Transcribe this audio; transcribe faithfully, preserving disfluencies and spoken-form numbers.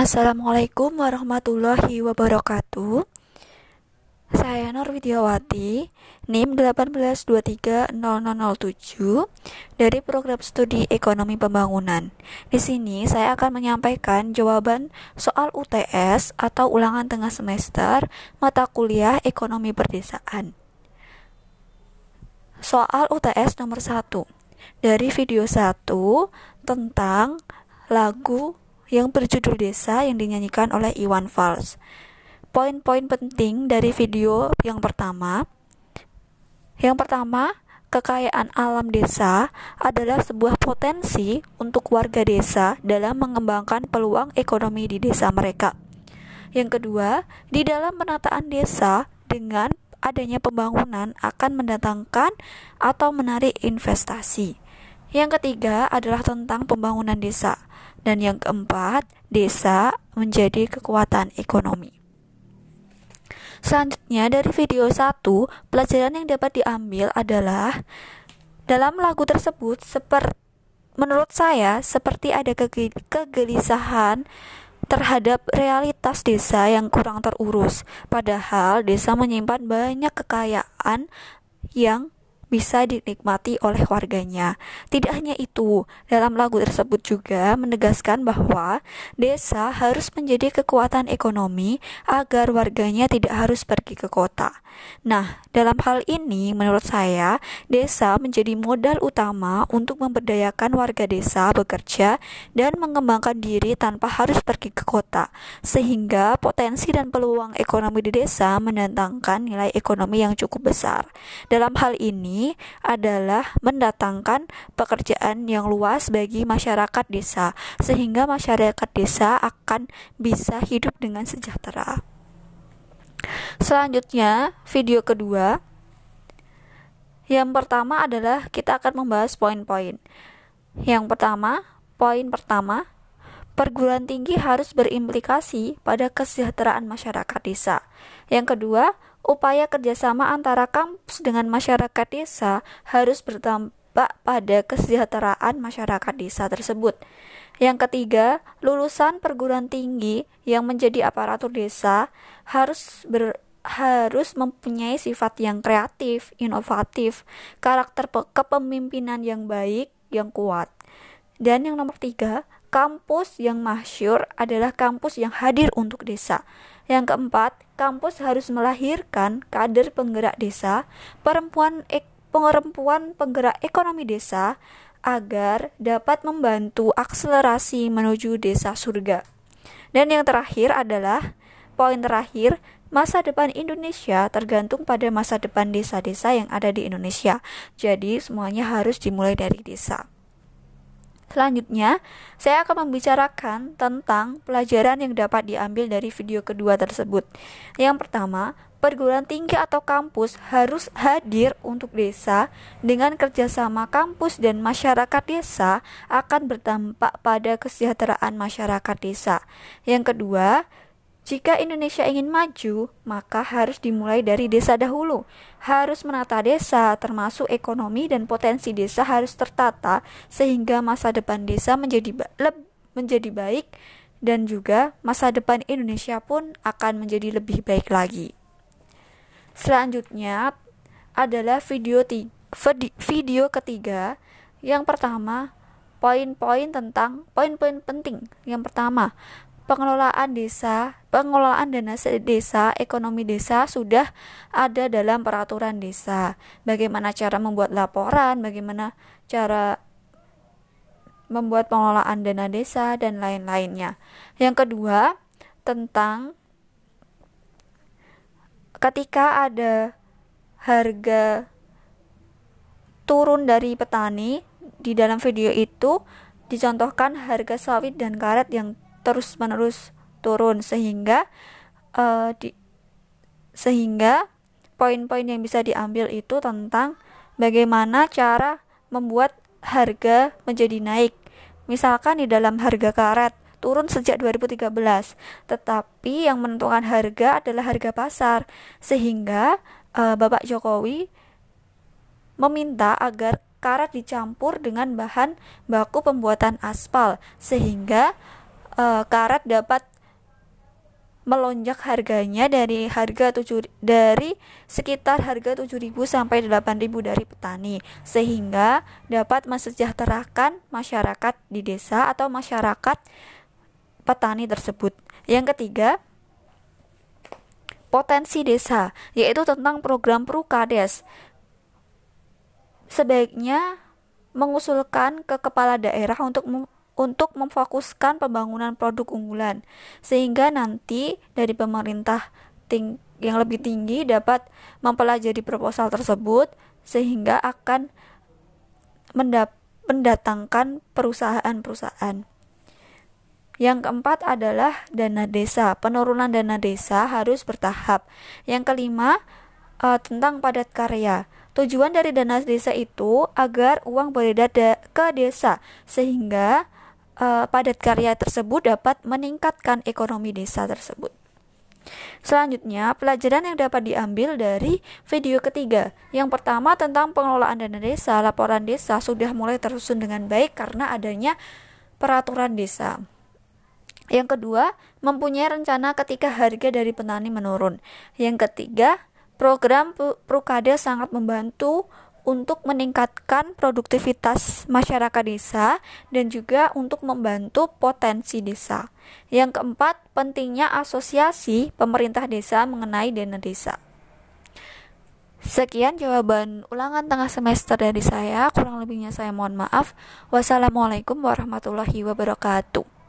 Assalamualaikum warahmatullahi wabarakatuh. Saya Nur Widiawati, NIM satu delapan dua tiga nol nol nol tujuh dari Program Studi Ekonomi Pembangunan. Di sini saya akan menyampaikan jawaban soal U T S atau ulangan tengah semester mata kuliah Ekonomi Perdesaan. Soal U T S nomor satu dari video satu tentang lagu yang berjudul Desa yang dinyanyikan oleh Iwan Fals. Poin-poin penting dari video yang pertama. Yang pertama, kekayaan alam desa adalah sebuah potensi untuk warga desa dalam mengembangkan peluang ekonomi di desa mereka. Yang kedua, di dalam penataan desa dengan adanya pembangunan akan mendatangkan atau menarik investasi. Yang ketiga adalah tentang pembangunan desa. Dan yang keempat, desa menjadi kekuatan ekonomi. Selanjutnya dari video satu, pelajaran yang dapat diambil adalah dalam lagu tersebut seperti menurut saya seperti ada kege- kegelisahan terhadap realitas desa yang kurang terurus. Padahal desa menyimpan banyak kekayaan yang bisa dinikmati oleh warganya. Tidak hanya itu, dalam lagu tersebut juga menegaskan bahwa desa harus menjadi kekuatan ekonomi agar warganya tidak harus pergi ke kota. Nah, dalam hal ini menurut saya, desa menjadi modal utama untuk memberdayakan warga desa bekerja dan mengembangkan diri tanpa harus pergi ke kota, sehingga potensi dan peluang ekonomi di desa mendatangkan nilai ekonomi yang cukup besar. Dalam hal ini adalah mendatangkan pekerjaan yang luas bagi masyarakat desa, sehingga masyarakat desa akan bisa hidup dengan sejahtera. Selanjutnya, video kedua. Yang pertama adalah kita akan membahas poin-poin. Yang pertama, poin pertama, perguruan tinggi harus berimplikasi pada kesejahteraan masyarakat desa. Yang kedua, upaya kerjasama antara kampus dengan masyarakat desa harus berdampak pada kesejahteraan masyarakat desa tersebut. Yang ketiga, lulusan perguruan tinggi yang menjadi aparatur desa harus ber, harus mempunyai sifat yang kreatif, inovatif, karakter pe- kepemimpinan yang baik, yang kuat. Dan yang nomor tiga, kampus yang masyhur adalah kampus yang hadir untuk desa. Yang keempat, kampus harus melahirkan kader penggerak desa, perempuan ek, perempuan penggerak ekonomi desa, agar dapat membantu akselerasi menuju desa surga. Dan yang terakhir adalah, poin terakhir, masa depan Indonesia tergantung pada masa depan desa-desa yang ada di Indonesia. Jadi semuanya harus dimulai dari desa. Selanjutnya, saya akan membicarakan tentang pelajaran yang dapat diambil dari video kedua tersebut. Yang pertama, perguruan tinggi atau kampus harus hadir untuk desa. Dengan kerjasama kampus dan masyarakat desa akan berdampak pada kesejahteraan masyarakat desa. Yang kedua, jika Indonesia ingin maju, maka harus dimulai dari desa dahulu. Harus menata desa, termasuk ekonomi dan potensi desa harus tertata sehingga masa depan desa menjadi ba- leb- menjadi baik dan juga masa depan Indonesia pun akan menjadi lebih baik lagi. Selanjutnya adalah video ti- video ketiga. Yang pertama, poin-poin tentang poin-poin penting. Yang pertama, pengelolaan desa, pengelolaan dana desa, ekonomi desa sudah ada dalam peraturan desa. Bagaimana cara membuat laporan, bagaimana cara membuat pengelolaan dana desa, dan lain-lainnya. Yang kedua, tentang ketika ada harga turun dari petani, di dalam video itu dicontohkan harga sawit dan karet yang terus-menerus turun sehingga uh, di, sehingga poin-poin yang bisa diambil itu tentang bagaimana cara membuat harga menjadi naik. Misalkan di dalam harga karet turun sejak dua ribu tiga belas, tetapi yang menentukan harga adalah harga pasar, sehingga uh, Bapak Jokowi meminta agar karet dicampur dengan bahan baku pembuatan aspal sehingga uh, karet dapat melonjak harganya dari harga tujuh dari sekitar harga tujuh ribu sampai delapan ribu dari petani, sehingga dapat mensejahterakan masyarakat di desa atau masyarakat petani tersebut. Yang ketiga, potensi desa, yaitu tentang program Prukades. Sebaiknya mengusulkan ke kepala daerah untuk untuk memfokuskan pembangunan produk unggulan, sehingga nanti dari pemerintah ting- yang lebih tinggi dapat mempelajari proposal tersebut, sehingga akan mendap- mendatangkan perusahaan-perusahaan. Yang keempat adalah dana desa. Penurunan dana desa harus bertahap. Yang kelima, uh, tentang padat karya. Tujuan dari dana desa itu agar uang beredar da- ke desa, sehingga uh, padat karya tersebut dapat meningkatkan ekonomi desa tersebut. Selanjutnya, pelajaran yang dapat diambil dari video ketiga. Yang pertama, tentang pengelolaan dana desa. Laporan desa sudah mulai tersusun dengan baik karena adanya peraturan desa. Yang kedua, mempunyai rencana ketika harga dari petani menurun. Yang ketiga, program Prukades sangat membantu untuk meningkatkan produktivitas masyarakat desa dan juga untuk membantu potensi desa. Yang keempat, pentingnya asosiasi pemerintah desa mengenai dana desa. Sekian jawaban ulangan tengah semester dari saya. Kurang lebihnya saya mohon maaf. Wassalamualaikum warahmatullahi wabarakatuh.